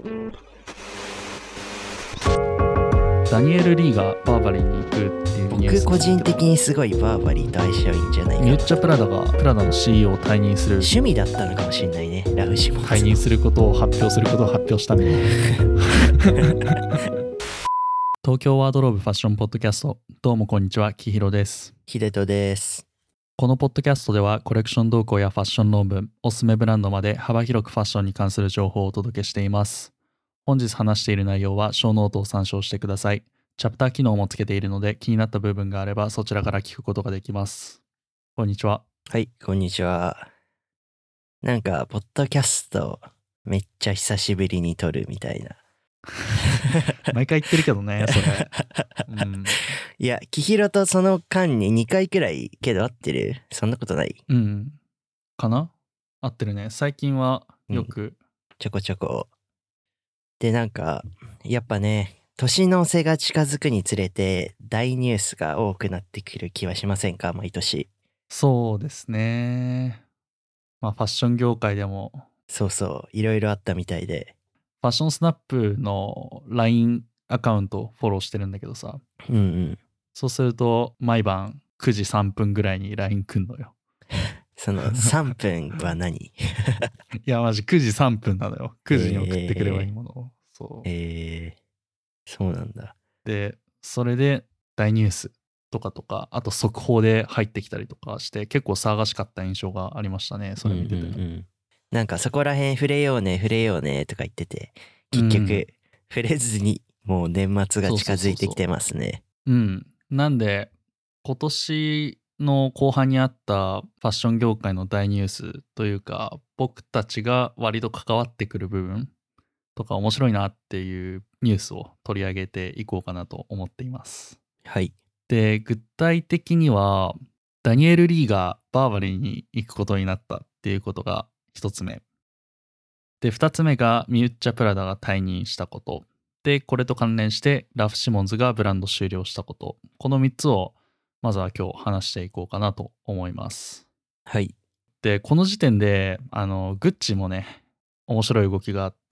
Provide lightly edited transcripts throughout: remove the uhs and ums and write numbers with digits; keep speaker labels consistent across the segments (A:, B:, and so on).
A: ダニエル・リーがバーバリーに行くっていうニュース。
B: 僕個人的にすごいバーバリーと相性いいんじゃないかな。
A: ミュッチャ・プラダがプラダの CEO を退任する
B: 趣味だったのかもしれないね、ラフシモンズ。
A: 退任することを発表したね東京ワードローブファッションポッドキャスト、どうもこんにちは、きひろです。
B: 秀人です。
A: このポッドキャストではコレクション動向やファッション論文、おすすめブランドまで幅広くファッションに関する情報をお届けしています。本日話している内容はショーノートを参照してください。チャプター機能もつけているので気になった部分があればそちらから聞くことができます。こんにちは。
B: はい、こんにちは。なんかポッドキャストめっちゃ久しぶりに撮るみたいな
A: 毎回言ってるけどねそれ、
B: いや、きひろとその間に2回くらいけど合ってる？そんなことない？
A: かな？合ってるね。最近はよく、
B: ちょこちょこで、なんかやっぱね、年の瀬が近づくにつれて大ニュースが多くなってくる気はしませんか？毎年。
A: そうですね。まあファッション業界でも
B: そういろいろあったみたいで、
A: ファッションスナップの LINE アカウントフォローしてるんだけどさ、そうすると毎晩9時3分ぐらいに LINE 来んのよ。
B: その3分は何？
A: いやマジ9時3分なのよ。9時に送ってくればいいものを、
B: そうなんだ。
A: でそれで大ニュースとかあと速報で入ってきたりとかして結構騒がしかった印象がありましたね、それ見てても。
B: なんかそこら辺触れようねとか言ってて、結局触れずにもう年末が近づいてきてますね。
A: なんで今年の後半にあったファッション業界の大ニュースというか、僕たちが割と関わってくる部分とか面白いなっていうニュースを取り上げていこうかなと思っています。
B: はい。
A: で、具体的にはダニエル・リーがバーバリーに行くことになったっていうことが一つ目で、二つ目がミュッチャ・プラダが退任したことで、これと関連してラフ・シモンズがブランド終了したこと、この3つをまずは今日話していこうかなと思います。
B: はい。
A: で、この時点でグッチもね面白い動きがあって、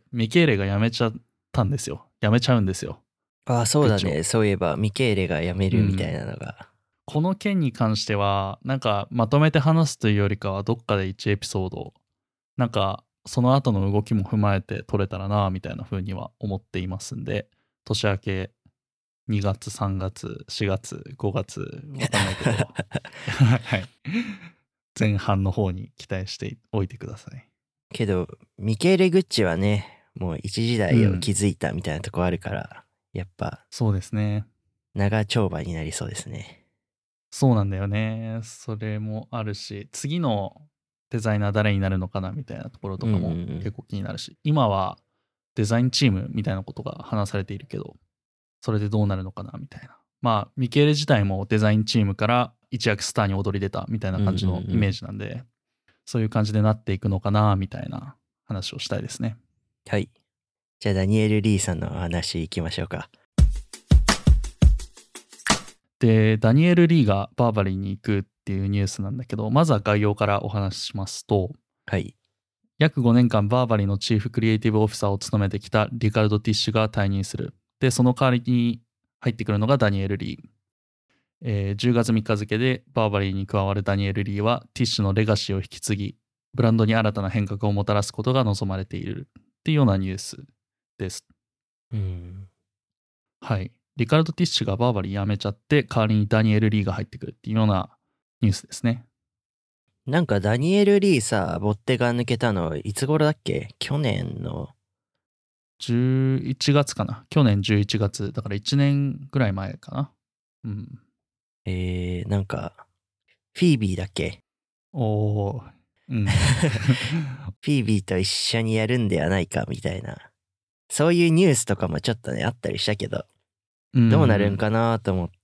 A: ミケーレが辞めちゃうんですよ。
B: あ、そうだね。そういえばミケーレが辞めるみたいなのが、
A: この件に関してはなんかまとめて話すというよりかはどっかで1エピソードなんかその後の動きも踏まえて撮れたらなみたいな風には思っていますんで、年明け2月3月4月5月わかんないけどはい、前半の方に期待しておいてください。
B: けどミケーレ・グッチはね、もう一時代を築いたみたいなとこあるから、やっぱ
A: そうですね、
B: 長丁場になりそうですね。
A: そうなんだよね。それもあるし、次のデザイナー誰になるのかなみたいなところとかも結構気になるし、今はデザインチームみたいなことが話されているけど、それでどうなるのかなみたいな。まあミケーレ自体もデザインチームから一躍スターに躍り出たみたいな感じのイメージなんで、そういう感じでなっていくのかなみたいな話をしたいですね。
B: はい。じゃあダニエル・リーさんの話いきましょうか。
A: で、ダニエル・リーがバーバリーに行くっていうニュースなんだけど、まずは概要からお話ししますと、
B: はい。
A: 約5年間バーバリーのチーフクリエイティブオフィサーを務めてきたリカルド・ティッシュが退任する。で、その代わりに入ってくるのがダニエル・リー。10月3日付でバーバリーに加わるダニエル・リーはティッシュのレガシーを引き継ぎ、ブランドに新たな変革をもたらすことが望まれているっていうようなニュースです。はい。リカルド・ティッシュがバーバリー辞めちゃって代わりにダニエル・リーが入ってくるっていうようなニュースですね。
B: なんかダニエル・リーさ、ボッテが抜けたのいつ頃だっけ？去年の
A: 11月かな。去年11月だから1年ぐらい前かな。
B: なんかフィービーだっけ？フィービーと一緒にやるんではないかみたいな、そういうニュースとかもちょっとねあったりしたけど、どうなるんかなと思って、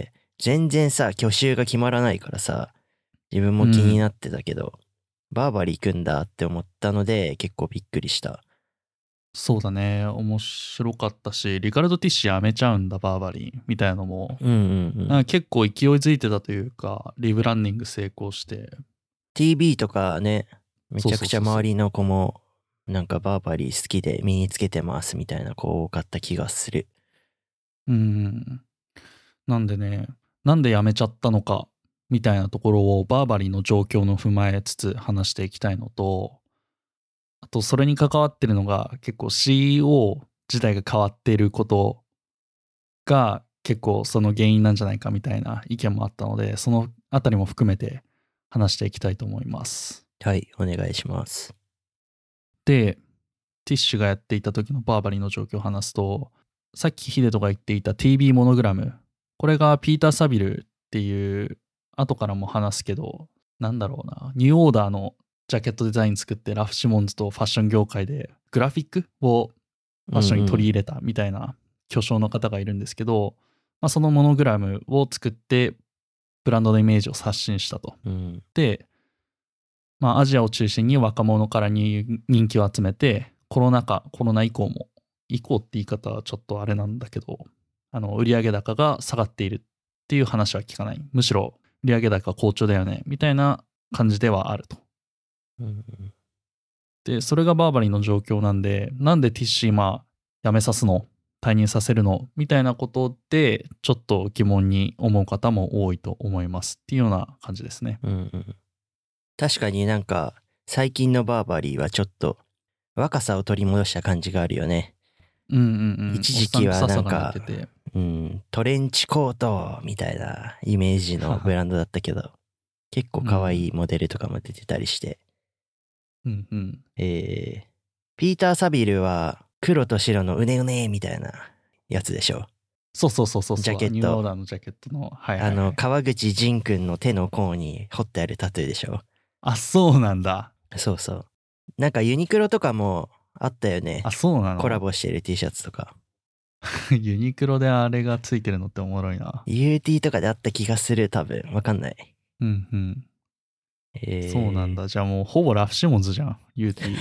B: 全然さ去就が決まらないからさ、自分も気になってたけど、バーバリー行くんだって思ったので結構びっくりした。
A: そうだね、面白かったし、リカルド・ティッシュ辞めちゃうんだバーバリーみたいなのも、結構勢いづいてたというか、リブランディング成功して
B: TV とかね、めちゃくちゃ周りの子もなんかバーバリー好きで身につけてますみたいな子多かった気がする。
A: なんでね、なんで辞めちゃったのかみたいなところをバーバリーの状況の踏まえつつ話していきたいのと、あとそれに関わってるのが結構 CEO 自体が変わっていることが結構その原因なんじゃないかみたいな意見もあったので、そのあたりも含めて話していきたいと思います。
B: はい、お願いします。
A: で、ティッシュがやっていた時のバーバリーの状況を話すと、さっきヒデトが言っていた TB モノグラム、これがピーター・サビルっていう後からも話すけど、なんだろうな、ニューオーダーのジャケットデザイン作ってラフ・シモンズとファッション業界でグラフィックをファッションに取り入れたみたいな巨匠の方がいるんですけど、そのモノグラムを作ってブランドのイメージを刷新したと。で、アジアを中心に若者から人気を集めて、コロナ以降も、以降って言い方はちょっとあれなんだけど、売上高が下がっているっていう話は聞かない。むしろ売上高好調だよねみたいな感じではあると。で、それがバーバリーの状況なんで、なんでティッシー今辞めさすの、退任させるのみたいなことでちょっと疑問に思う方も多いと思いますっていうような感じですね。
B: 確かになんか最近のバーバリーはちょっと若さを取り戻した感じがあるよね。一時期はなんか、トレンチコートみたいなイメージのブランドだったけど結構可愛いモデルとかも出てたりして、ピーター・サビルは黒と白のうねうねみたいなやつでしょ。
A: そうジ
B: ャケット、
A: ニューオーダーのジャケットの、
B: 川口仁くんの手の甲に彫ってあるタトゥーでしょ。
A: あ、そうなんだ。
B: そうなんかユニクロとかもあったよね。
A: あ、そうなの。
B: コラボしてる T シャツとか
A: ユニクロであれがついてるのっておもろいな。
B: UT とかであった気がする。多分わかんない。
A: そうなんだ。じゃあもうほぼラフシモンズじゃん UT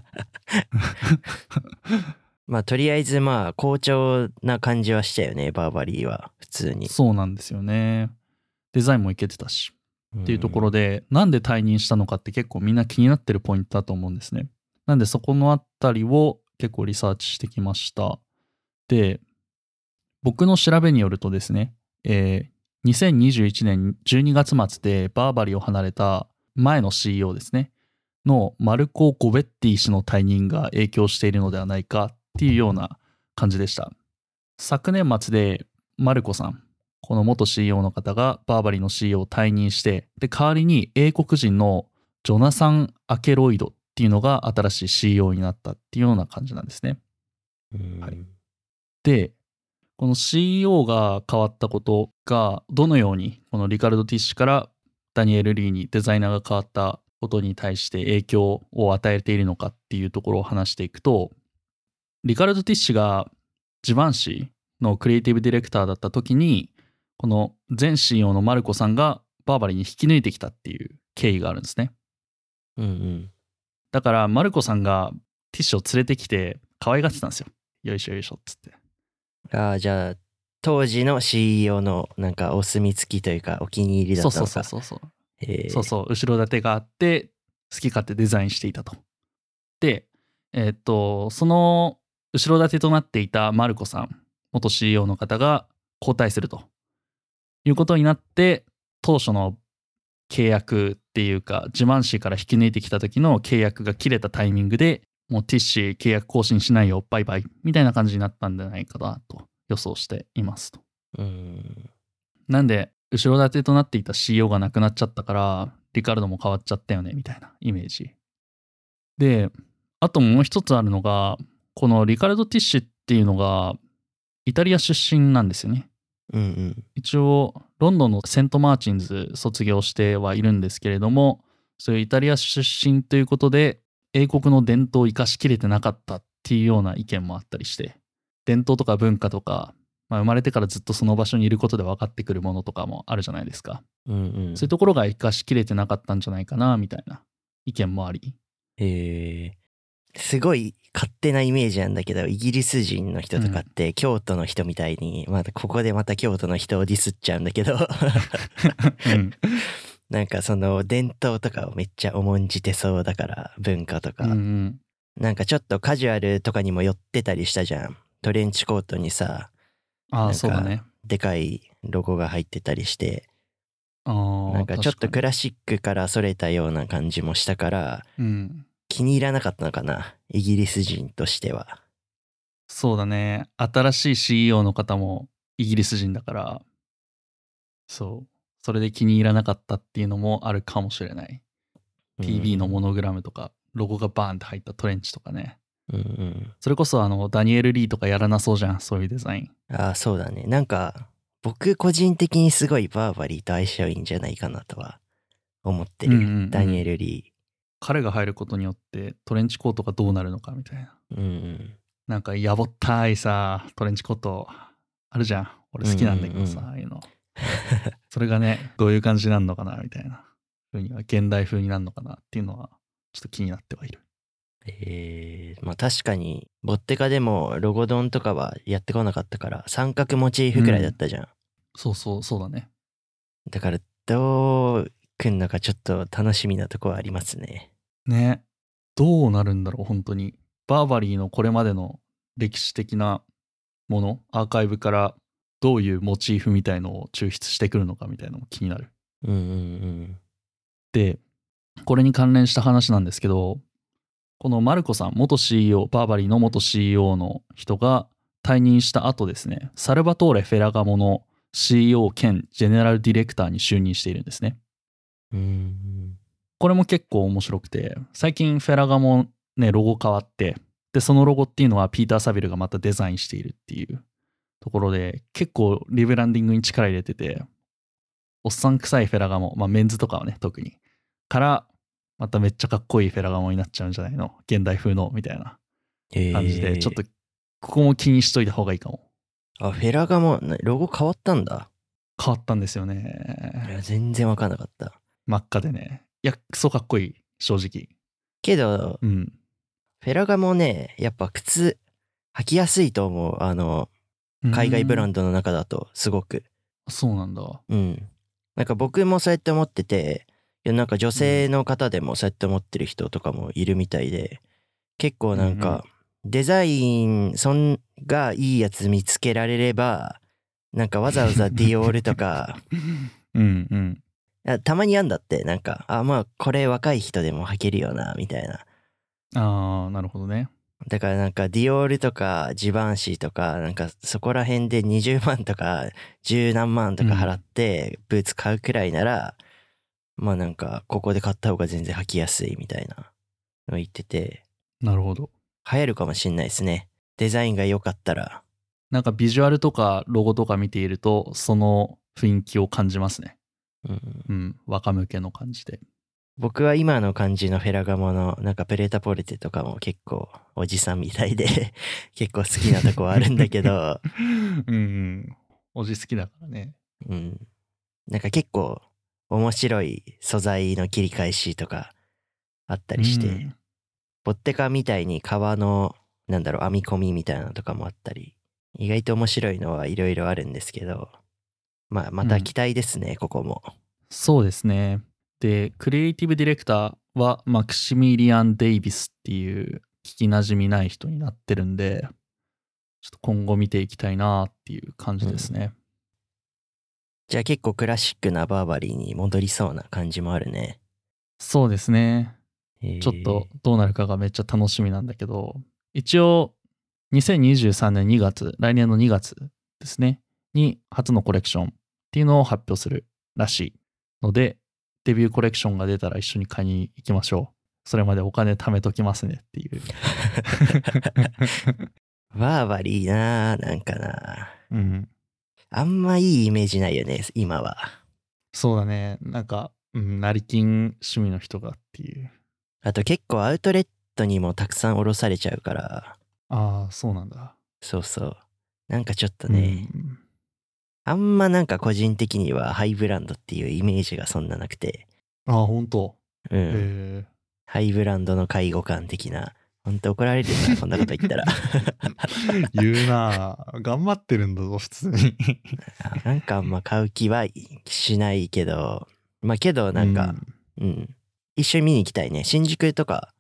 B: とりあえず好調な感じはしたよね、バーバリーは普通に。
A: そうなんですよね。デザインもいけてたし、っていうところで、なんで退任したのかって結構みんな気になってるポイントだと思うんですね。なんでそこのあたりを結構リサーチしてきました。で、僕の調べによるとですね、2021年12月末でバーバリーを離れた前の CEO ですね、のマルコ・ゴベッティ氏の退任が影響しているのではないかっていうような感じでした。昨年末でマルコさん、この元 CEO の方がバーバリーの CEO を退任して、で代わりに英国人のジョナサン・アケロイドっていうのが新しい CEO になったっていうような感じなんですね。で、この CEO が変わったことがどのようにこのリカルド・ティッシュからダニエル・リーにデザイナーが変わったことに対して影響を与えているのかっていうところを話していくと、リカルド・ティッシュがジバンシのクリエイティブディレクターだった時に、この前 CEO のマルコさんがバーバリーに引き抜いてきたっていう経緯があるんですね。だからマルコさんがティッシュを連れてきて可愛がってたんですよ。よいしょよいしょっつって。
B: じゃあ当時の CEO のなんかお墨付きというかお気に入りだったのか。
A: そう後ろ盾があって好き勝手デザインしていたと。でその後ろ盾となっていたマルコさん、元 CEO の方が交代するということになって、当初の契約っていうかジマンシーから引き抜いてきた時の契約が切れたタイミングで、もうティッシー契約更新しないよバイバイみたいな感じになったんじゃないかなと予想していますと。なんで後ろ盾となっていた CEO がなくなっちゃったからリカルドも変わっちゃったよねみたいなイメージで、あともう一つあるのが、このリカルド・ティッシュっていうのがイタリア出身なんですよね。一応ロンドンのセントマーチンズ卒業してはいるんですけれども、そういうイタリア出身ということで英国の伝統を生かしきれてなかったっていうような意見もあったりして、伝統とか文化とか、生まれてからずっとその場所にいることで分かってくるものとかもあるじゃないですか。そういうところが生かしきれてなかったんじゃないかなみたいな意見もあり。
B: すごい勝手なイメージなんだけど、イギリス人の人とかって京都の人みたいに、ここでまた京都の人をディスっちゃうんだけどなんかその伝統とかをめっちゃ重んじてそうだから、文化とか、 なんかちょっとカジュアルとかにも寄ってたりしたじゃん。トレンチコートにさ、
A: そうだね。
B: でかいロゴが入ってたりして、
A: なん
B: かちょっとクラシックからそれたような感じもしたから、気に入らなかったのかな、イギリス人としては。
A: そうだね。新しい CEO の方もイギリス人だから、それで気に入らなかったっていうのもあるかもしれない。PB のモノグラムとか、ロゴがバーンって入ったトレンチとかね。それこそダニエル・リーとかやらなそうじゃん、そういうデザイン。
B: そうだね。なんか、僕個人的にすごいバーバリーと相性いいんじゃないかなとは思ってる。ダニエル・リー。
A: 彼が入ることによってトレンチコートがどうなるのかみたいな。なんかやぼったいさ、トレンチコートあるじゃん。俺好きなんだけどさ、ああいうの。それがね、どういう感じになるのかなみたいな風には、現代風になるのかなっていうのは、ちょっと気になってはいる。
B: まあ確かに、ボッテカでもロゴドンとかはやってこなかったから、三角モチーフくらいだったじゃん。
A: そうだね。
B: だから、どう来んのかちょっと楽しみなとこはありますね。
A: ね。どうなるんだろう、本当に。バーバリーのこれまでの歴史的なもの、アーカイブからどういうモチーフみたいのを抽出してくるのかみたいなのも気になる。で、これに関連した話なんですけど、このマルコさん、元 CEO、バーバリーの元 CEO の人が退任した後ですね、サルバトーレ・フェラガモの CEO 兼ジェネラルディレクターに就任しているんですね。これも結構面白くて、最近フェラガモね、ロゴ変わって、で、そのロゴっていうのはピーター・サビルがまたデザインしているっていうところで、結構リブランディングに力入れてて、おっさん臭いフェラガモ、メンズとかはね、特に。から、まためっちゃかっこいいフェラガモになっちゃうんじゃないの、現代風の、みたいな感じで、ちょっと、ここも気にしといた方がいいかも。
B: フェラガモ、ロゴ変わったんだ。
A: 変わったんですよね。
B: いや、全然わかんなかった。
A: 真っ赤でね。いや、クソかっこいい、正直。
B: けど、フェラガモね、やっぱ靴、履きやすいと思う。海外ブランドの中だと、すごく。
A: そうなんだ。
B: なんか僕もそうやって思ってて、なんか女性の方でもそうやって思ってる人とかもいるみたいで、結構なんか、デザイン、がいいやつ見つけられれば、なんかわざわざディオールとか、たまにあんだって、なんか、まあこれ若い人でも履けるよな、みたいな。
A: なるほどね。
B: だからなんかディオールとかジバンシーとかなんかそこら辺で20万とか10何万とか払ってブーツ買うくらいなら、まあなんかここで買った方が全然履きやすいみたいなの言ってて。
A: なるほど。
B: 流行るかもしんないですね。デザインが良かったら。
A: なんかビジュアルとかロゴとか見ているとその雰囲気を感じますね。若向けの感じで。
B: 僕は今の感じのフェラガモのなんかプレータポルテとかも結構おじさんみたいで結構好きなとこはあるんだけど
A: おじ好きだからね。
B: なんか結構面白い素材の切り返しとかあったりして、ボッテカみたいに革の編み込みみたいなのとかもあったり、意外と面白いのはいろいろあるんですけど、また期待ですね、ここも。
A: そうですね。で、クリエイティブディレクターはマクシミリアン・デイビスっていう聞きなじみない人になってるんで、ちょっと今後見ていきたいなっていう感じですね。
B: じゃあ結構クラシックなバーバリーに戻りそうな感じもあるね。
A: そうですね。ちょっとどうなるかがめっちゃ楽しみなんだけど、一応2023年2月、来年の2月ですね、に初のコレクションっていうのを発表するらしいので、デビューコレクションが出たら一緒に買いに行きましょう。それまでお金貯めときますねっていう。
B: バーバリーな、なんかな。あんまいいイメージないよね、今は。
A: そうだね。なんか、成金趣味の人がっていう。
B: あと結構アウトレットにもたくさん卸されちゃうから。
A: そうなんだ。
B: そうそう。なんかちょっとね、あんまなんか個人的にはハイブランドっていうイメージがそんななくて。
A: 本当。
B: ハイブランドの介護官的な。ほんと怒られるな、こんなこと言ったら。
A: 言うなぁ。頑張ってるんだぞ、普通に。
B: なんかあんま買う気はしないけど、けどなんか、一緒に見に行きたいね。新宿とか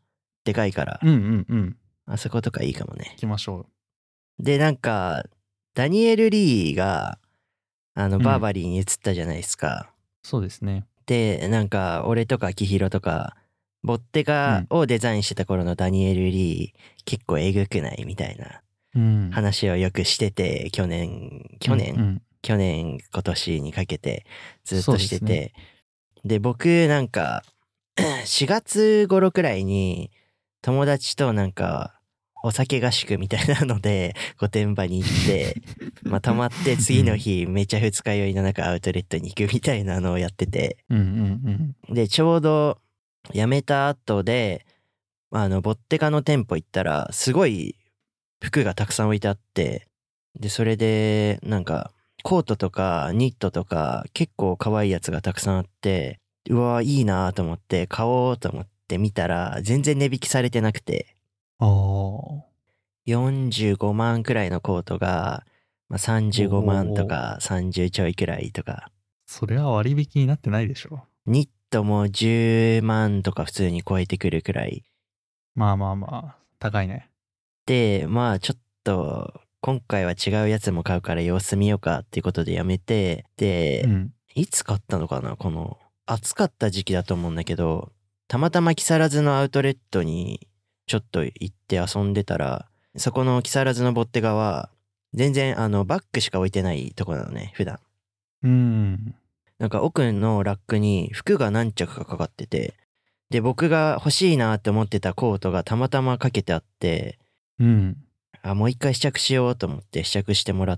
B: でかいから。あそことかいいかもね。
A: 行きましょ
B: う。で、なんか、ダニエル・リーが、バーバリーに移ったじゃないですか。
A: そうですね。
B: で、なんか、俺とかキヒロとか、ボッテガをデザインしてた頃のダニエル・リー、結構えぐくないみたいな話をよくしてて、去年、今年にかけてずっとしてて。で、僕なんか、4月頃くらいに友達となんか、お酒合宿みたいなので御殿場に行ってまあ泊まって次の日めちゃ二日酔いの中アウトレットに行くみたいなのをやってて、でちょうど辞めた後でボッテガの店舗行ったらすごい服がたくさん置いてあって、でそれでなんかコートとかニットとか結構可愛いやつがたくさんあって、うわいいなと思って買おうと思って見たら全然値引きされてなくて、45万くらいのコートが、まあ、35万とか30ちょいくらいとか。
A: それは割引になってないでしょ。
B: ニットも10万とか普通に超えてくるくらい。
A: まあ高いね。
B: でまあちょっと今回は違うやつも買うから様子見ようかっていうことでやめて、で、いつ買ったのかな、この暑かった時期だと思うんだけど、たまたま木更津のアウトレットにちょっと行って遊んでたら、そこの木更津のボッテガは全然バッグしか置いてないとこなのね普段。なんか奥のラックに服が何着かかかってて、で僕が欲しいなって思ってたコートがたまたまかけてあって、もう一回試着しようと思って試着してもらって、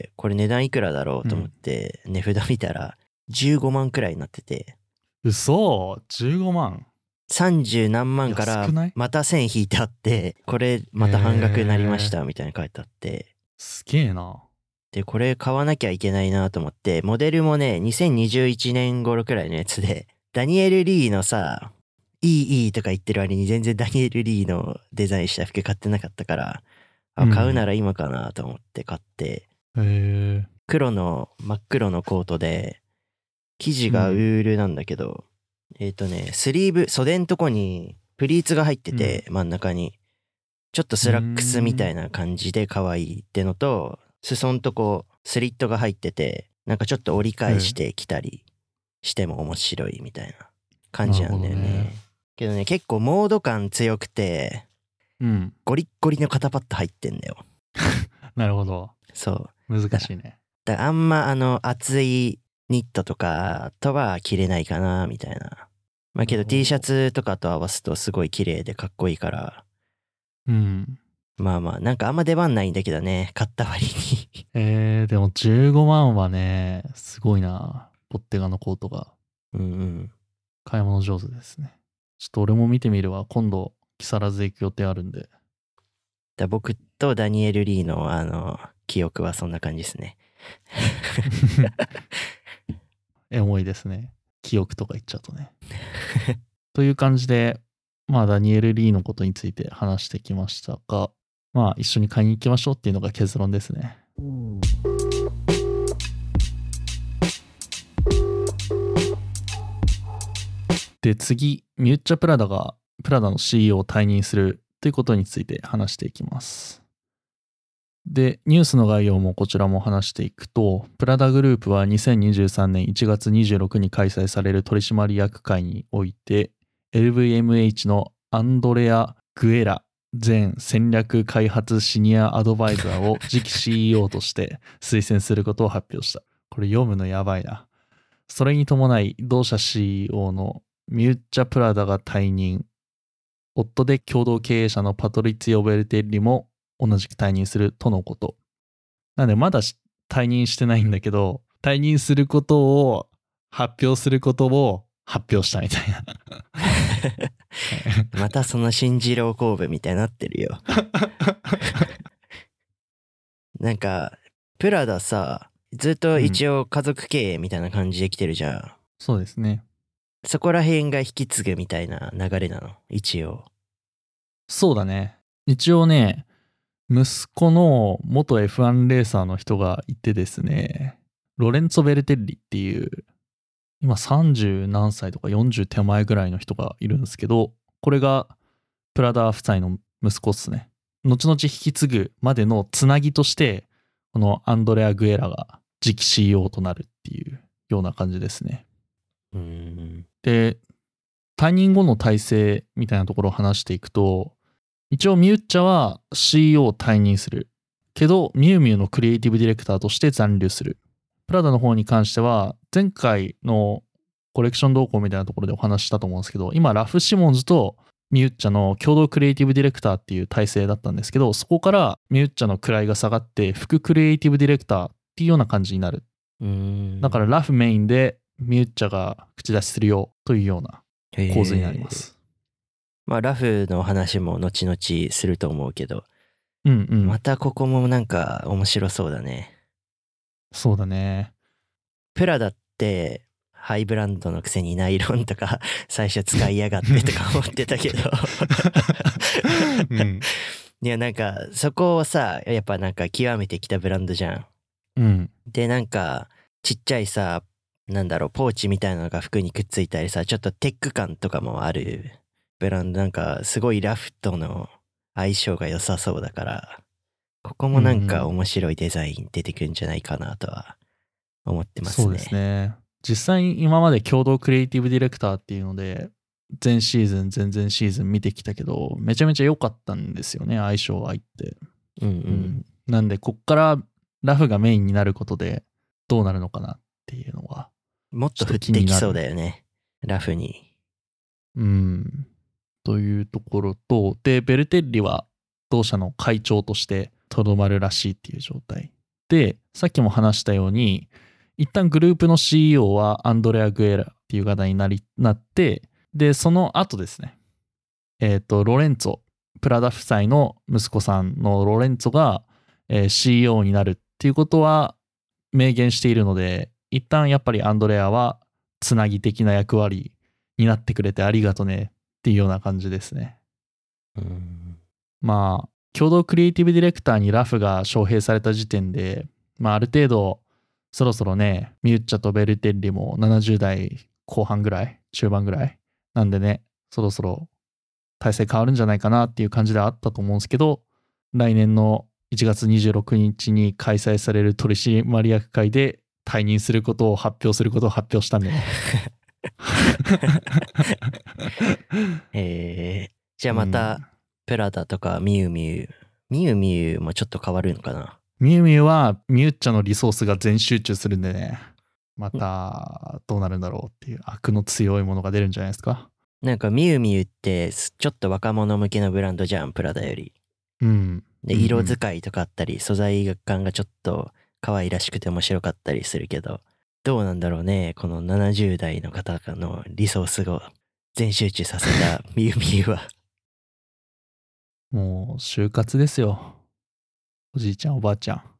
B: これ値段いくらだろうと思って値札見たら15万くらいになってて。
A: 嘘？15万
B: ？30何万からまた線引いてあって、これまた半額になりましたみたいに書いてあって、
A: すげえな。
B: でこれ買わなきゃいけないなと思って、モデルもね2021年頃くらいのやつで、ダニエル・リーのさいいとか言ってる割に全然ダニエル・リーのデザインした服買ってなかったから、買うなら今かなと思って買って、真っ黒のコートで、生地がウールなんだけど、スリーブ袖んとこにプリーツが入ってて、真ん中にちょっとスラックスみたいな感じで可愛いってのと、裾んとこスリットが入ってて、なんかちょっと折り返してきたりしても面白いみたいな感じなんだよね。けどね、結構モード感強くて、ゴリッゴリの肩パッド入ってんだよ。
A: なるほど。
B: そう
A: 難しいね。
B: だからあんま厚いニットとかとは着れないかなみたいな。まあけど T シャツとかと合わすとすごい綺麗でかっこいいから、まあなんかあんま出番ないんだけどね、買った割
A: に。でも15万はねすごいな。ボッテガのコートが買い物上手ですね。ちょっと俺も見てみるわ。今度木更津行く予定あるんで。
B: 僕とダニエル・リーの記憶はそんな感じですね。
A: エモいですね。記憶とか言っちゃうとね。という感じで、まあダニエル・リーのことについて話してきましたが、まあ一緒に買いに行きましょうっていうのが結論ですね。で次、ミュッチャ・プラダがプラダの CEO を退任するということについて話していきます。で、ニュースの概要もこちらも話していくと、プラダグループは2023年1月26日に開催される取締役会において、LVMH のアンドレア・グエラ前戦略開発シニアアドバイザーを次期 CEO として推薦することを発表した。これ読むのやばいな。それに伴い、同社 CEO のミュッチャ・プラダが退任。夫で共同経営者のパトリツィオ・ベルテッリも同じく退任するとのこと。なのでまだ退任してないんだけど、退任することを発表することを発表したみたいな。
B: またその新次郎神戸みたいになってるよ。なんかプラダさ、ずっと一応家族経営みたいな感じで来てるじゃん。
A: そうですね。
B: そこら辺が引き継ぐみたいな流れなの、一応。
A: そうだね。一応ね、息子の元 F1 レーサーの人がいてですね、ロレンツォ・ベルテッリっていう、今30何歳とか40手前ぐらいの人がいるんですけど、これがプラダ夫妻の息子っすね。後々引き継ぐまでのつなぎとして、このアンドレア・グエラが次期 CEO となるっていうような感じですね。で、退任後の体制みたいなところを話していくと、一応ミュッチャは CEO を退任する。けど、ミュウミュウのクリエイティブディレクターとして残留する。プラダの方に関しては、前回のコレクション動向みたいなところでお話したと思うんですけど、今、ラフ・シモンズとミュッチャの共同クリエイティブディレクターっていう体制だったんですけど、そこからミュッチャの位が下がって、副クリエイティブディレクターっていうような感じになる。だからラフメインでミュッチャが口出しするよというような構図になります。
B: まあラフの話も後々すると思うけど、またここもなんか面白そうだね。
A: そうだね。
B: プラダってハイブランドのくせにナイロンとか最初使いやがってとか思ってたけどいやなんかそこをさやっぱなんか極めてきたブランドじゃん。でなんかちっちゃいさなんだろうポーチみたいなのが服にくっついたりさちょっとテック感とかもあるブランドなんかすごいラフとの相性が良さそうだからここもなんか面白いデザイン出てくるんじゃないかなとは思ってますね。
A: そうですね。実際に今まで共同クリエイティブディレクターっていうので前シーズン前々シーズン見てきたけどめちゃめちゃ良かったんですよね相性合いって。なんでこっからラフがメインになることでどうなるのかなっていうのは
B: もっと降ってきそうだよねラフに。
A: というところとでベルテッリは同社の会長としてとどまるらしいっていう状態でさっきも話したように一旦グループの CEO はアンドレア・グエラっていう方になってでその後ですねロレンツォプラダ夫妻の息子さんのロレンツォが、CEO になるっていうことは明言しているので一旦やっぱりアンドレアはつなぎ的な役割になってくれてありがとねっていうような感じですね。まあ共同クリエイティブディレクターにラフが招聘された時点である程度そろそろねミュッチャとベルテッリも70代後半ぐらい中盤ぐらいなんでねそろそろ体制変わるんじゃないかなっていう感じではあったと思うんですけど来年の1月26日に開催される取締役会で退任することを発表したんでね
B: じゃあまたプラダとかミュウミュウもちょっと変わるのかな。
A: ミュウミュウはミュッチャのリソースが全集中するんでねまたどうなるんだろうっていう悪の強いものが出るんじゃないですか。
B: なんかミュウミュウってちょっと若者向けのブランドじゃんプラダより。で色使いとかあったり素材感がちょっと可愛らしくて面白かったりするけどどうなんだろうねこの70代の方のリソースを全集中させたミュウミュウは。
A: もう就活ですよおじいちゃんおばあちゃん。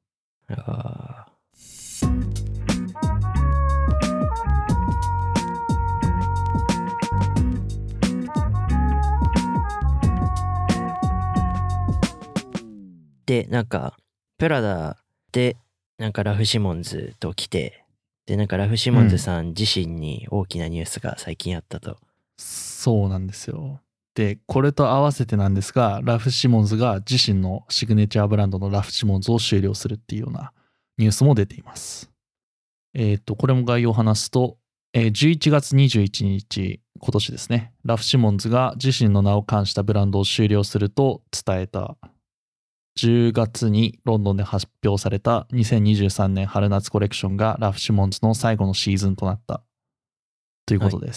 B: でなんかプラダでなんかラフ・シモンズと来てでなんかラフ・シモンズさん自身に大きなニュースが最近あったと。
A: そうなんですよ。でこれと合わせてなんですがラフ・シモンズが自身のシグネチャーブランドのラフ・シモンズを終了するっていうようなニュースも出ています。これも概要を話すと、11月21日今年ですねラフ・シモンズが自身の名を冠したブランドを終了すると伝えた。10月にロンドンで発表された2023年春夏コレクションがラフ・シモンズの最後のシーズンとなったということです。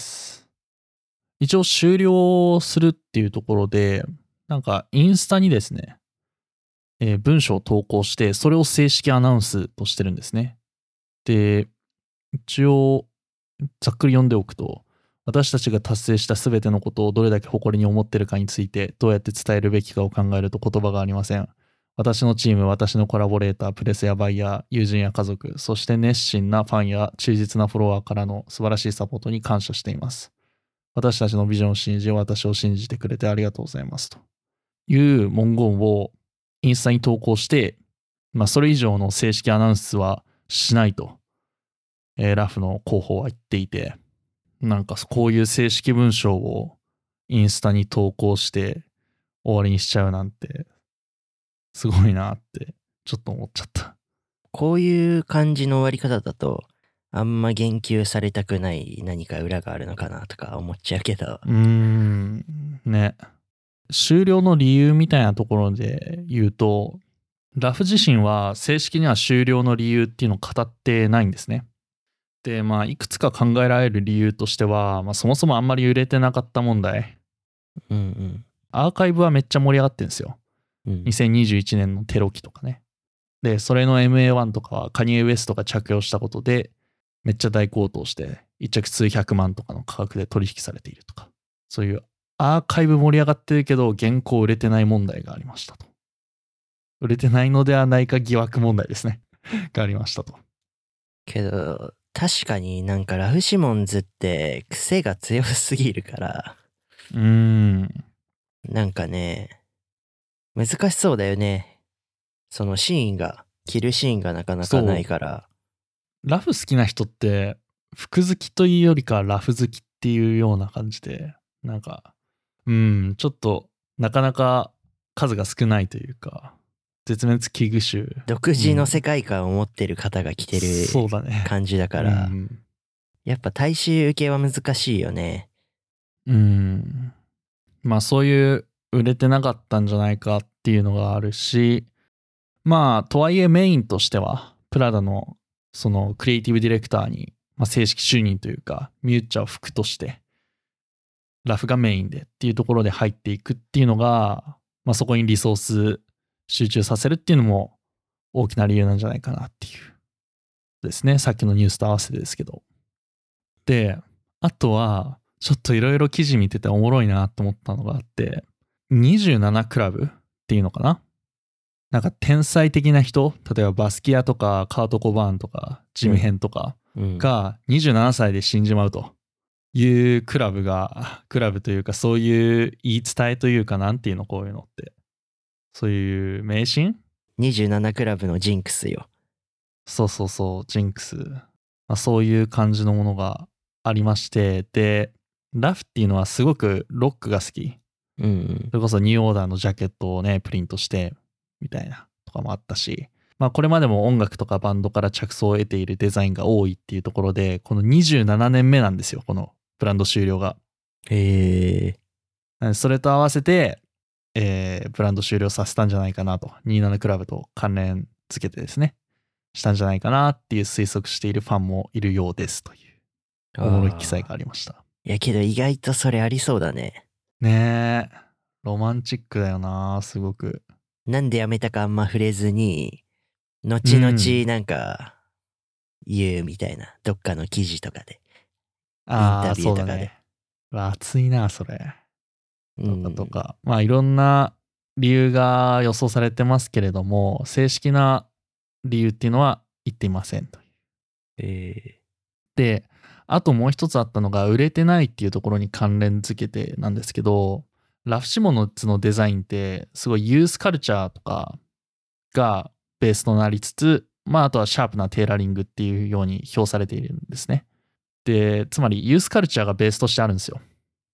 A: 一応終了するっていうところでなんかインスタにですね、文章を投稿してそれを正式アナウンスとしてるんですね。で一応ざっくり読んでおくと私たちが達成した全てのことをどれだけ誇りに思っているかについてどうやって伝えるべきかを考えると言葉がありません。私のチーム、私のコラボレーター、プレスやバイヤー、友人や家族、そして熱心なファンや忠実なフォロワーからの素晴らしいサポートに感謝しています。私たちのビジョンを信じ、私を信じてくれてありがとうございますという文言をインスタに投稿して、それ以上の正式アナウンスはしないと、ラフの広報は言っていて、なんかこういう正式文章をインスタに投稿して終わりにしちゃうなんてすごいなってちょっと思っちゃった。
B: こういう感じの終わり方だとあんま言及されたくない何か裏があるのかなとか思っちゃうけど。
A: ね。終了の理由みたいなところで言うと、ラフ自身は正式には終了の理由っていうのを語ってないんですね。で、いくつか考えられる理由としては、そもそもあんまり売れてなかった問題。アーカイブはめっちゃ盛り上がってるんですよ。2021年のテロ期とかね。で、それの MA1 とかはカニエ・ウエストが着用したことで、めっちゃ大高騰して、一着数百万とかの価格で取引されているとか、そういうアーカイブ盛り上がってるけど、現行売れてない問題がありましたと。売れてないのではないか疑惑問題ですね。がありましたと。
B: けど、確かになんかラフシモンズって癖が強すぎるから。なんかね、難しそうだよね。そのシーンが、着るシーンがなかなかないから。
A: ラフ好きな人って、服好きというよりかラフ好きっていうような感じで、なんか、ちょっとなかなか数が少ないというか、絶滅危惧種。
B: 独自の世界観を持ってる方が着てる感じだから、やっぱ大衆受けは難しいよね。
A: そういう売れてなかったんじゃないかっていうのがあるし、とはいえメインとしては、プラダのそのクリエイティブディレクターに、正式就任というか、ミューチャーを服として、ラフがメインでっていうところで入っていくっていうのが、そこにリソース集中させるっていうのも大きな理由なんじゃないかなっていうですね。さっきのニュースと合わせてですけど。で、あとは、ちょっといろいろ記事見てておもろいなと思ったのがあって、27クラブっていうのかな、なんか天才的な人、例えばバスキアとかカート・コバーンとかジム・ヘンとかが27歳で死んじまうというクラブというか、そういう言い伝えというか、なんていうのこういうのって、そういう迷信、
B: 27クラブのジンクスよ。
A: そうジンクス、そういう感じのものがありまして、でラフっていうのはすごくロックが好き、それこそニューオーダーのジャケットをねプリントしてみたいなとかもあったし、これまでも音楽とかバンドから着想を得ているデザインが多いっていうところで、この27年目なんですよ、このブランド終了が。それと合わせて、ブランド終了させたんじゃないかなと、27クラブと関連付けてですね、したんじゃないかなっていう推測しているファンもいるようですというおもろい記載がありました。
B: いやけど意外とそれありそうだね。
A: ねえ、ロマンチックだよな、すごく。
B: なんでやめたかあんま触れずに、後々なんか言うみたいな、どっかの記事とかで、インタビューとかで。
A: 熱いなそれ。とかいろんな理由が予想されてますけれども、正式な理由っていうのは言っていませんという。で、あともう一つあったのが、売れてないっていうところに関連付けてなんですけど、ラフシモノッツのデザインってすごいユースカルチャーとかがベースとなりつつ、あとはシャープなテーラリングっていうように評されているんですね。で、つまりユースカルチャーがベースとしてあるんですよ。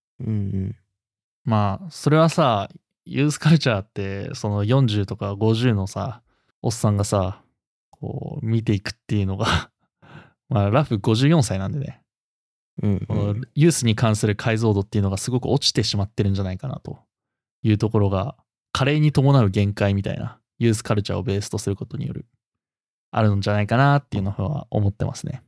A: それはさ、ユースカルチャーってその40とか50のさ、おっさんがさ、こう見ていくっていうのがラフ54歳なんでね、このユースに関する解像度っていうのがすごく落ちてしまってるんじゃないかなというところが、加齢に伴う限界みたいな、ユースカルチャーをベースとすることによるあるんじゃないかなっていうのは思ってますね。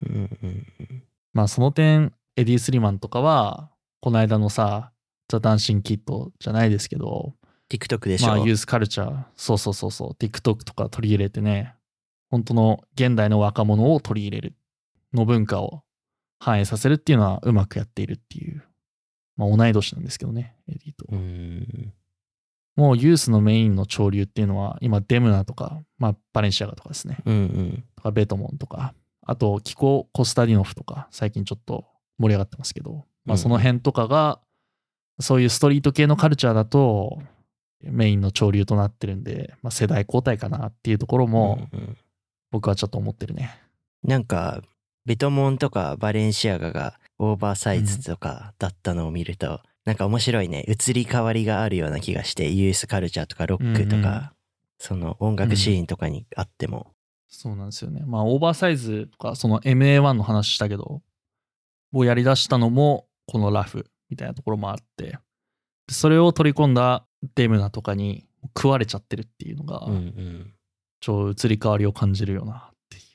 A: その点エディ・スリマンとかはこの間のさ、ザ・ダンシング・キッドじゃないですけど、
B: TikTok でしょ。
A: ユースカルチャー、そう TikTok とか取り入れてね、本当の現代の若者を取り入れるの文化を反映させるっていうのはうまくやっているっていう、同い年なんですけどね、エディと。もうユースのメインの潮流っていうのは今デムナとか、バレンシアガとかですね、とかベトモンとか、あとキコ・コスタディノフとか最近ちょっと盛り上がってますけど、その辺とかがそういうストリート系のカルチャーだとメインの潮流となってるんで、世代交代かなっていうところも僕はちょっと思ってるね。
B: なんかベトモンとかバレンシアガがオーバーサイズとかだったのを見ると、 なんか面白いね。移り変わりがあるような気がして、ユースカルチャーとかロックとか、その音楽シーンとかにあっても。
A: そうなんですよね。まあ、オーバーサイズとか、その MA1 の話したけど、をやり出したのも、このラフみたいなところもあって、それを取り込んだデムナとかに食われちゃってるっていうのが、超移り変わりを感じるよなっていう。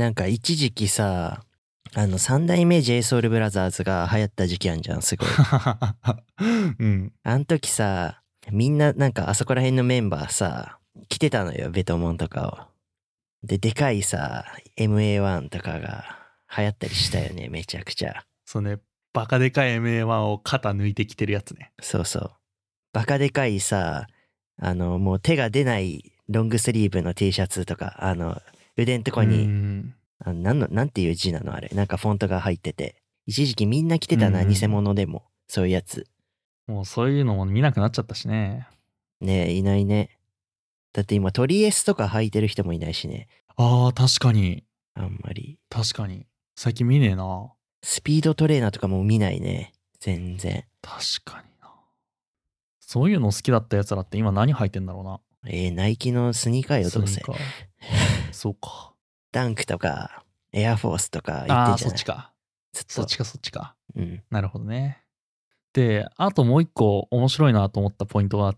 B: なんか一時期さ、三代目 JSOULBROTHERS が流行った時期あんじゃん、すごい。
A: うん。
B: あの時さ、みんななんかあそこら辺のメンバーさ、来てたのよ、ベトモンとかを。で、でかいさ、MA1 とかが流行ったりしたよね、めちゃくちゃ。
A: そうね、バカでかい MA1 を肩抜いてきてるやつね。
B: そうそう。バカでかいさ、もう手が出ないロングスリーブの T シャツとか、腕んとこに、なんていう字なのあれ。なんかフォントが入ってて。一時期みんな着てたな、偽物でも。そういうやつ。
A: もうそういうのも見なくなっちゃったしね。
B: ねえ、いないね。だって今トリエスとか履いてる人もいないしね。
A: ああ、確かに。
B: あんまり。
A: 確かに。最近見ねえな。
B: スピードトレーナーとかも見ないね。全然。
A: 確かにな。そういうの好きだったやつらって今何履いてんだろうな。
B: ナイキのスニーカーよ、どうせ。
A: そうか。
B: ダンクとか、エアフォースとか言ってんじゃない？
A: ああ、そっちか。そっちか。
B: うん。
A: なるほどね。で、あともう一個面白いなと思ったポイントがあって、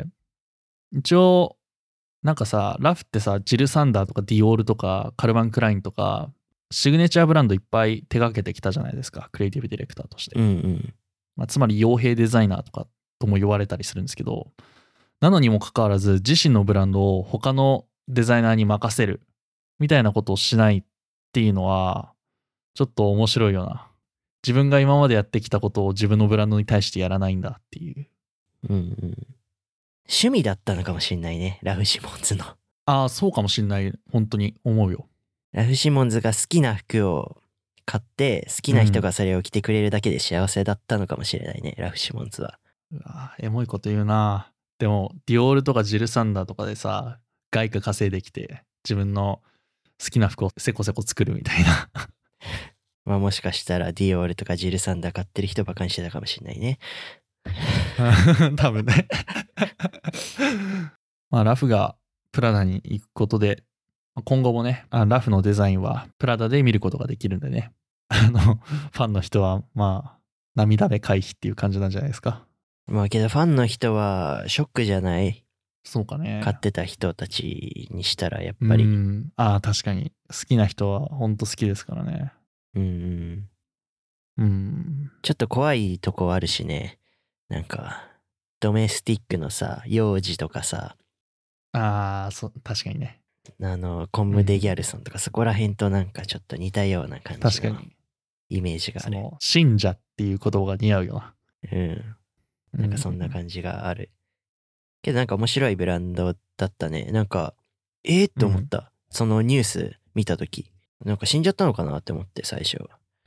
A: 一応、なんかさ、ラフってさ、ジル・サンダーとかディオールとかカルバン・クラインとか、シグネチャーブランドいっぱい手掛けてきたじゃないですか、クリエイティブディレクターとして。まあ、つまり傭兵デザイナーとかとも言われたりするんですけど、なのにもかかわらず自身のブランドを他のデザイナーに任せるみたいなことをしないっていうのは、ちょっと面白いよな。自分が今までやってきたことを自分のブランドに対してやらないんだっていう。
B: 趣味だったのかもしんないね、ラフ・シモンズの。
A: ああ、そうかもしんない。本当に思うよ。
B: ラフ・シモンズが好きな服を買って、好きな人がそれを着てくれるだけで幸せだったのかもしれないね、ラフ・シモンズは。
A: うわ、エモいこと言うな。でも、ディオールとかジル・サンダーとかでさ、外貨稼いできて、自分の好きな服をせこせこ作るみたいな。
B: まあもしかしたらディオールとかジル・サンダー買ってる人ばかにしてたかもしれないね。
A: 多分ね。まあラフがプラダに行くことで、今後もね、ラフのデザインはプラダで見ることができるんでね。ファンの人はまあ涙で回避っていう感じなんじゃないですか。
B: まあけどファンの人はショックじゃない？
A: そうかね。
B: 買ってた人たちにしたらやっぱり。
A: ああ、確かに。好きな人は本当好きですからね。
B: ちょっと怖いとこあるしね。なんか、ドメスティックのさ、幼児とかさ。
A: ああ、確かにね。
B: コンム・デ・ギャルソンとかそこら辺となんかちょっと似たような感じのイメージがある。
A: 信者っていう言葉が似合うよな。
B: なんかそんな感じがある。けどなんか面白いブランドだったね。なんか、って思った。そのニュース見たとき。なんか死んじゃったのかなって思って最初。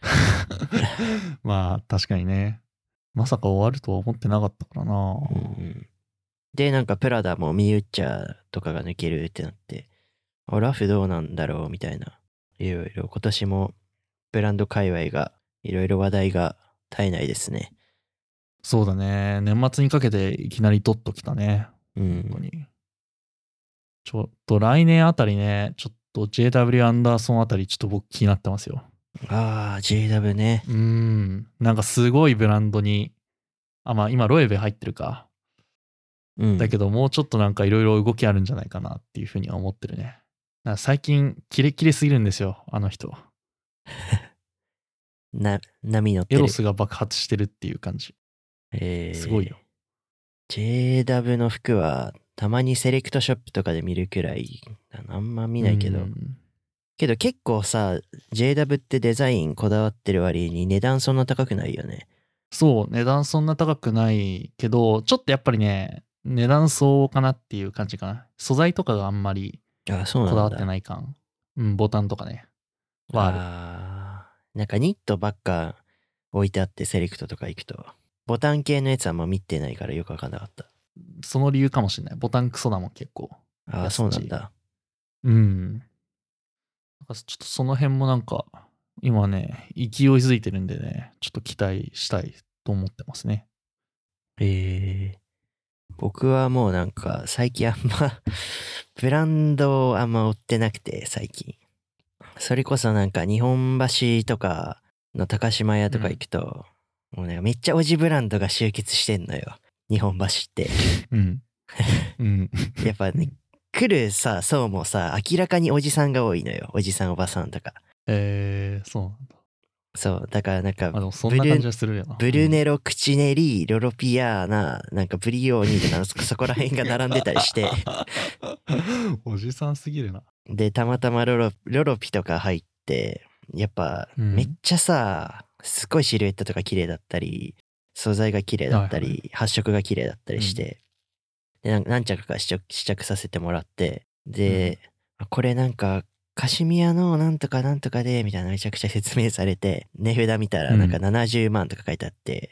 A: まあ確かにね。まさか終わるとは思ってなかったからな。
B: で、なんかプラダもミユッチャーとかが抜けるってなって、ラフどうなんだろうみたいな。いろいろ今年もブランド界隈がいろいろ話題が絶えないですね。
A: そうだね。年末にかけていきなりドッときたね。
B: 本
A: 当に。ちょっと来年あたりね、ちょっと JW アンダーソンあたりちょっと僕気になってますよ。
B: JW ね。
A: なんかすごいブランドに、まあ今ロエベ入ってるか。だけどもうちょっとなんかいろいろ動きあるんじゃないかなっていうふうには思ってるね。最近キレッキレすぎるんですよ、あの人。
B: 波乗ってる。
A: エロスが爆発してるっていう感じ。すごいよ。
B: JW の服はたまにセレクトショップとかで見るくらいあんま見ないけど。けど結構さ、JW ってデザインこだわってる割に値段そんな高くないよね。
A: そう、値段そんな高くないけど、ちょっとやっぱりね、値段相応かなっていう感じかな。素材とかがあんまりこだわってない感。ボタンとかね。
B: なんかニットばっか置いてあってセレクトとか行くと、ボタン系のやつはあんま見てないからよくわかんなかった。
A: その理由かもしれない。ボタンクソだもん結構。
B: そうなんだ。
A: なんかちょっとその辺もなんか、今ね、勢いづいてるんでね、ちょっと期待したいと思ってますね。
B: 僕はもうなんか最近あんまブランドをあんま追ってなくて最近。それこそなんか日本橋とかの高島屋とか行くと、もうなんかめっちゃオジブランドが集結してんのよ。日本橋って。やっぱね、来るさ、層もさ、明らかにおじさんが多いのよ。おじさんおばさんとか。
A: そうなんだ。
B: そう、だからなんか、
A: でもそんな感じはするよな。
B: ブルネロ、クチネリ、ロロピアーナ、なんかブリオーニとかそこら辺が並んでたりして。
A: おじさんすぎるな。
B: で、たまたまロロピとか入って、やっぱ、めっちゃさ、すごいシルエットとか綺麗だったり、素材が綺麗だったり、発色が綺麗だったりして、で何着か試着させてもらって、で、これなんか、カシミヤのなんとかなんとかで、みたいなめちゃくちゃ説明されて、値札見たらなんか70万とか書いてあって、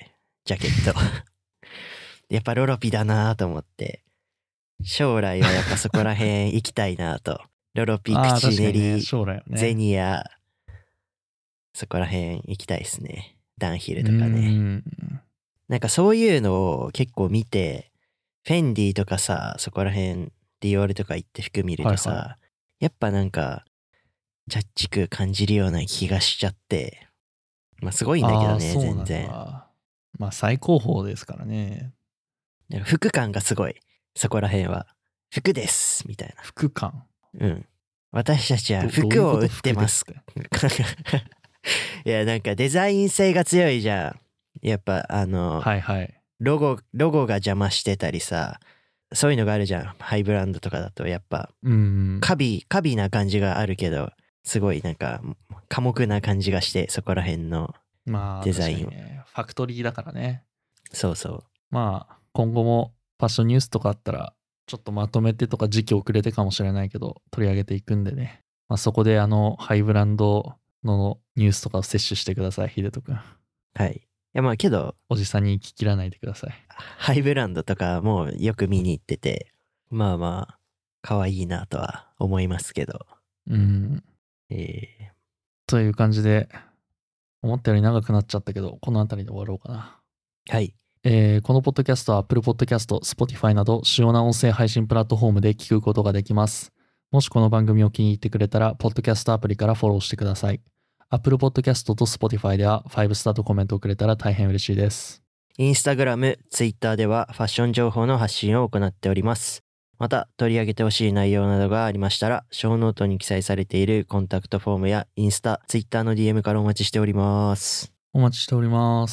B: ジャケット。やっぱロロピだなと思って、将来はやっぱそこら辺行きたいなと。ロロピ、クチネリ、ゼニア、そこら辺行きたいですね。ダンヒルとかね。なんかそういうのを結構見て、フェンディとかさ、そこら辺、ディオールとか行って服見るとさ、やっぱなんか、ジャッジく感じるような気がしちゃって、まあすごいんだけどね、全然。
A: まあ最高峰ですからね。
B: 服感がすごい、そこら辺は。服ですみたいな。
A: 服感？
B: うん。私たちは服を売ってます。いや、なんかデザイン性が強いじゃん。やっぱロゴが邪魔してたりさ、そういうのがあるじゃん。ハイブランドとかだとやっぱ、カビな感じがあるけど、すごいなんか寡黙な感じがして、そこら辺のデザインを。
A: ファクトリーだからね。
B: そうそう。
A: まあ今後もファッションニュースとかあったら、ちょっとまとめてとか時期遅れてかもしれないけど、取り上げていくんでね。まあそこでハイブランドのニュースとかを摂取してください、秀人くん。
B: はい。いやまあけど、
A: おじさんに聞き切らないでください。
B: ハイブランドとかもよく見に行ってて、まあまあ、可愛いなとは思いますけど。
A: という感じで、思ったより長くなっちゃったけど、この辺りで終わろうかな。
B: はい。
A: このポッドキャストは Apple Podcast、Spotify など主要な音声配信プラットフォームで聞くことができます。もしこの番組を気に入ってくれたら、ポッドキャストアプリからフォローしてください。Apple Podcast と Spotify では5スターとコメントをくれたら大変嬉しいです。
B: Instagram、Twitter ではファッション情報の発信を行っております。また取り上げてほしい内容などがありましたら、ショーノートに記載されているコンタクトフォームやインスタ、Twitter の DM からお待ちしております。
A: お待ちしております。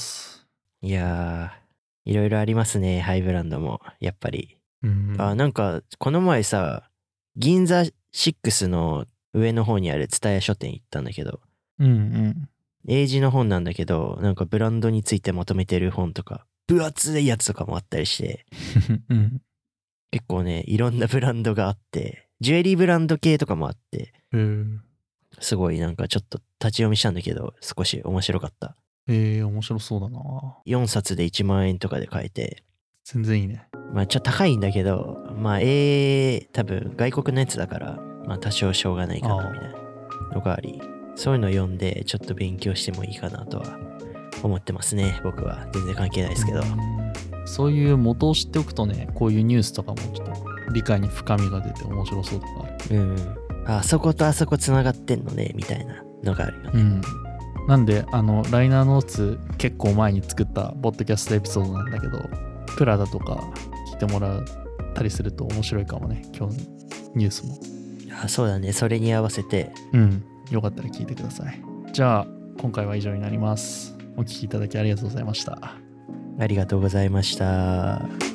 B: いやー、いろいろありますね、ハイブランドも、やっぱり。なんか、この前さ、銀座6の上の方にある蔦屋書店行ったんだけど、英字の本なんだけど、なんかブランドについてまとめてる本とか、分厚いやつとかもあったりして、結構ね、いろんなブランドがあって、ジュエリーブランド系とかもあって、すごいなんかちょっと立ち読みしたんだけど、少し面白かった。
A: 面白そうだな。
B: 4冊で1万円とかで買えて。
A: 全然いいね。
B: まあちょっと高いんだけど、まあ多分外国のやつだから、まあ多少しょうがないかなみたいなのがあり、そういうの読んでちょっと勉強してもいいかなとは思ってますね。僕は全然関係ないですけど。
A: そういう元を知っておくとね、こういうニュースとかもちょっと理解に深みが出て面白そうとかある。
B: あそことあそこつながってんのねみたいなのがあるよね。
A: なんでライナーノーツ結構前に作ったポッドキャストエピソードなんだけど、プラダとか聞いてもらったりすると面白いかもね、今日のニュースも。
B: そうだね、それに合わせて。
A: よかったら聞いてください。じゃあ今回は以上になります。お聞きいただきありがとうございました。
B: ありがとうございました。